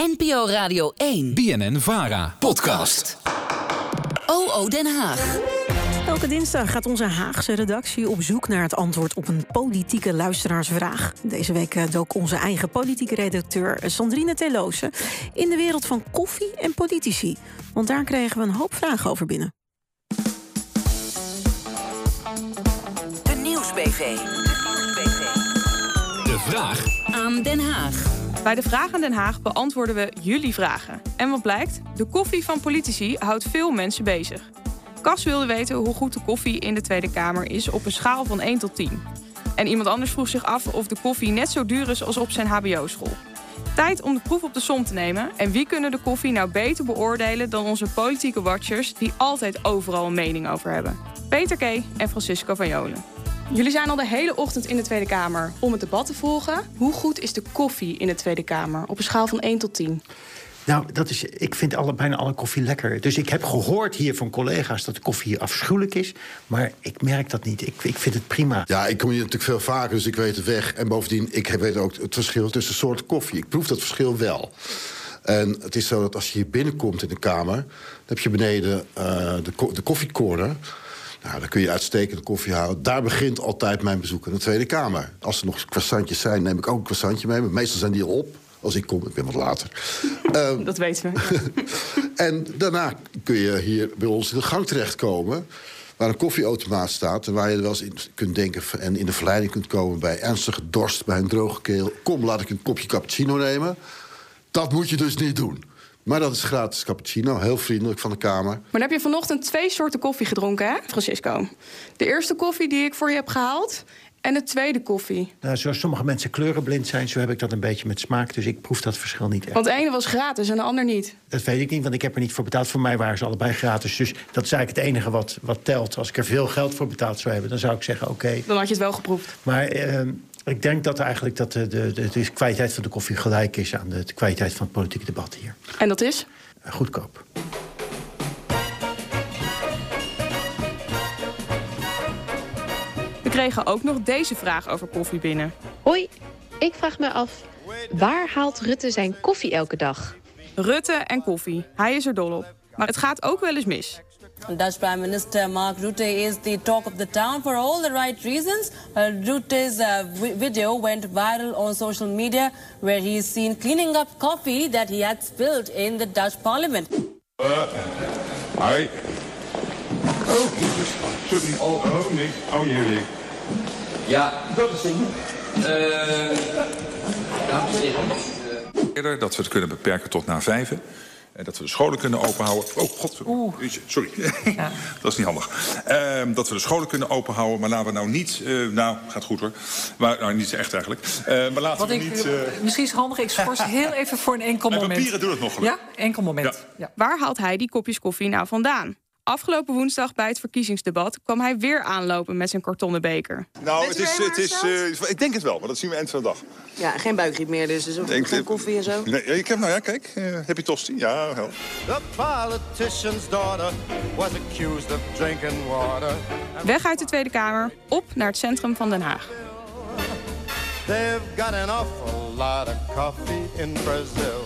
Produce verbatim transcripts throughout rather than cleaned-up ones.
N P O Radio één. B N N-Vara. Podcast. O O Den Haag. Elke dinsdag gaat onze Haagse redactie op zoek naar het antwoord op een politieke luisteraarsvraag. Deze week dook onze eigen politieke redacteur Sandrine Teloze in de wereld van koffie en politici. Want daar kregen we een hoop vragen over binnen. De Nieuws-B V. De vraag aan Den Haag. Bij de Vraag aan Den Haag beantwoorden we jullie vragen. En wat blijkt? De koffie van politici houdt veel mensen bezig. Cas wilde weten hoe goed de koffie in de Tweede Kamer is op een schaal van één tot tien. En iemand anders vroeg zich af of de koffie net zo duur is als op zijn hbo-school. Tijd om de proef op de som te nemen. En wie kunnen de koffie nou beter beoordelen dan onze politieke watchers die altijd overal een mening over hebben? Peter K. en Francisco van Jolen. Jullie zijn al de hele ochtend in de Tweede Kamer om het debat te volgen. Hoe goed is de koffie in de Tweede Kamer op een schaal van één tot tien? Nou, dat is, ik vind alle, bijna alle koffie lekker. Dus ik heb gehoord hier van collega's dat de koffie hier afschuwelijk is. Maar ik merk dat niet. Ik, ik vind het prima. Ja, ik kom hier natuurlijk veel vaker, dus ik weet het weg. En bovendien, ik weet ook het verschil tussen soorten koffie. Ik proef dat verschil wel. En het is zo dat als je hier binnenkomt in de Kamer, dan heb je beneden uh, de, ko- de koffiecorner. Nou, dan kun je uitstekende koffie halen. Daar begint altijd mijn bezoek in de Tweede Kamer. Als er nog croissantjes zijn, neem ik ook een croissantje mee. Maar meestal zijn die al op. Als ik kom, ik ben wat later. um, dat weten we. En daarna kun je hier bij ons in de gang terechtkomen, waar een koffieautomaat staat en waar je er wel eens in kunt denken en in de verleiding kunt komen bij ernstige dorst, bij een droge keel. Kom, laat ik een kopje cappuccino nemen. Dat moet je dus niet doen. Maar dat is gratis cappuccino, heel vriendelijk van de Kamer. Maar dan heb je vanochtend twee soorten koffie gedronken, hè, Francisco? De eerste koffie die ik voor je heb gehaald en de tweede koffie. Nou, zoals sommige mensen kleurenblind zijn, zo heb ik dat een beetje met smaak. Dus ik proef dat verschil niet echt. Want de ene was gratis en de ander niet. Dat weet ik niet, want ik heb er niet voor betaald. Voor mij waren ze allebei gratis. Dus dat is eigenlijk het enige wat, wat telt. Als ik er veel geld voor betaald zou hebben, dan zou ik zeggen, oké. Okay. Dan had je het wel geproefd. Maar uh, ik denk dat eigenlijk dat de, de, de, de kwaliteit van de koffie gelijk is aan de, de kwaliteit van het politieke debat hier. En dat is? Uh, goedkoop. We kregen ook nog deze vraag over koffie binnen. Hoi, ik vraag me af, waar haalt Rutte zijn koffie elke dag? Rutte en koffie, hij is er dol op. Maar het gaat ook wel eens mis. Dutch Prime Minister Mark Rutte is the talk of the town for all the right reasons. Uh, Rutte's uh, video went viral on social media where he is seen cleaning up coffee that he had spilled in the Dutch parliament. Uh, hi. Oh, should be all over me. Oh, jullie. Ja, dat is het. Uh, dames en heren. Eerder dat we het kunnen beperken tot na vijven. En dat we de scholen kunnen openhouden. Oh, god. Oeh. Sorry. Ja. Dat is niet handig. Uh, dat we de scholen kunnen openhouden. Maar laten we nou niet... Uh, nou, gaat goed hoor. Maar nou, niet echt eigenlijk. Uh, maar laten Wat we ik, niet... Uh... Misschien is het handig. Ik schors heel even voor een enkel Mijn moment. papieren doen het nog gelukkig. Ja, enkel moment. Ja. Ja. Waar haalt hij die kopjes koffie nou vandaan? Afgelopen woensdag bij het verkiezingsdebat kwam hij weer aanlopen met zijn kartonnen beker. Nou, het is, het is, uh, ik denk het wel, maar dat zien we eind van de dag. Ja, geen buikgriep meer dus, dus ook denk, geen koffie en zo. Nee, ik heb, nou ja, kijk, uh, heb je tosti? Ja, wel. The politician's daughter was accused of drinking water. Weg uit de Tweede Kamer, op naar het centrum van Den Haag. They've got an awful lot of coffee in Brazil.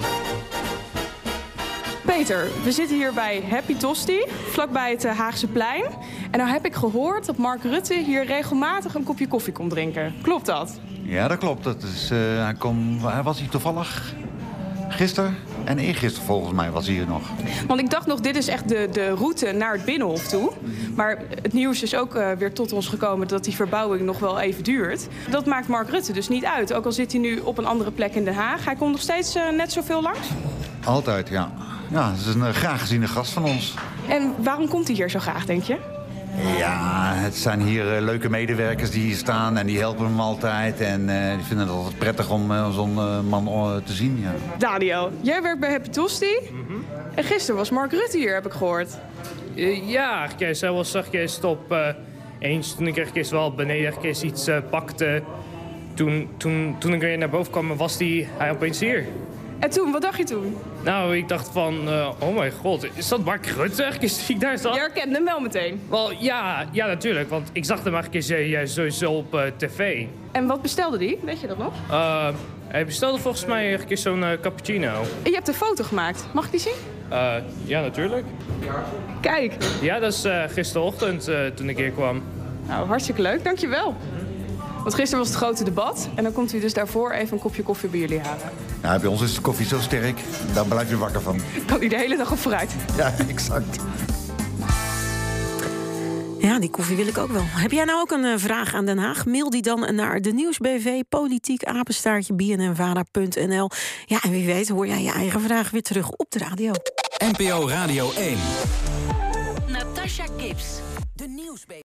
Peter, we zitten hier bij Happy Tosti, vlakbij het Haagse plein. En nou heb ik gehoord dat Mark Rutte hier regelmatig een kopje koffie komt drinken. Klopt dat? Ja, dat klopt. Dat is, uh, hij, kon, hij was hier toevallig gisteren en eergisteren volgens mij was hij hier nog. Want ik dacht nog, dit is echt de, de route naar het Binnenhof toe. Maar het nieuws is ook uh, weer tot ons gekomen dat die verbouwing nog wel even duurt. Dat maakt Mark Rutte dus niet uit. Ook al zit hij nu op een andere plek in Den Haag. Hij komt nog steeds uh, net zoveel langs? Altijd, ja. Ja, dat is een uh, graag geziene gast van ons. En waarom komt hij hier zo graag, denk je? Ja, het zijn hier uh, leuke medewerkers die hier staan en die helpen hem altijd. En uh, die vinden het altijd prettig om uh, zo'n uh, man uh, te zien, ja. Daniel, jij werkt bij Happy Tosti. Mm-hmm. En gisteren was Mark Rutte hier, heb ik gehoord. Uh, ja, hij was zachtjes op uh, eens toen ik ergens wel beneden ergens iets uh, pakte. Toen, toen, toen ik weer naar boven kwam, was die, hij opeens hier. En toen, wat dacht je toen? Nou, ik dacht van, uh, oh mijn god, is dat Mark Rutte ergens die ik daar zat? Je herkende hem wel meteen? Wel, ja, ja, natuurlijk, want ik zag hem ergens uh, sowieso op uh, tv. En wat bestelde die? Weet je dat nog? Uh, Hij bestelde volgens mij een keer zo'n uh, cappuccino. En je hebt een foto gemaakt. Mag ik die zien? Uh, ja, natuurlijk. Kijk. Ja, dat is uh, gisterochtend uh, toen ik hier kwam. Nou, hartstikke leuk. Dankjewel. Want gisteren was het grote debat. En dan komt u dus daarvoor even een kopje koffie bij jullie halen. Nou, bij ons is de koffie zo sterk, daar blijf je wakker van. Kan u de hele dag op vooruit. Ja, exact. Ja, die koffie wil ik ook wel. Heb jij nou ook een uh, vraag aan Den Haag? Mail die dan naar de Nieuwsbv, politiek, apenstaartje, b n n vara punt n l. Ja, en wie weet hoor jij je eigen vraag weer terug op de radio. N P O Radio één. Natasha Gibbs, de Nieuwsbv.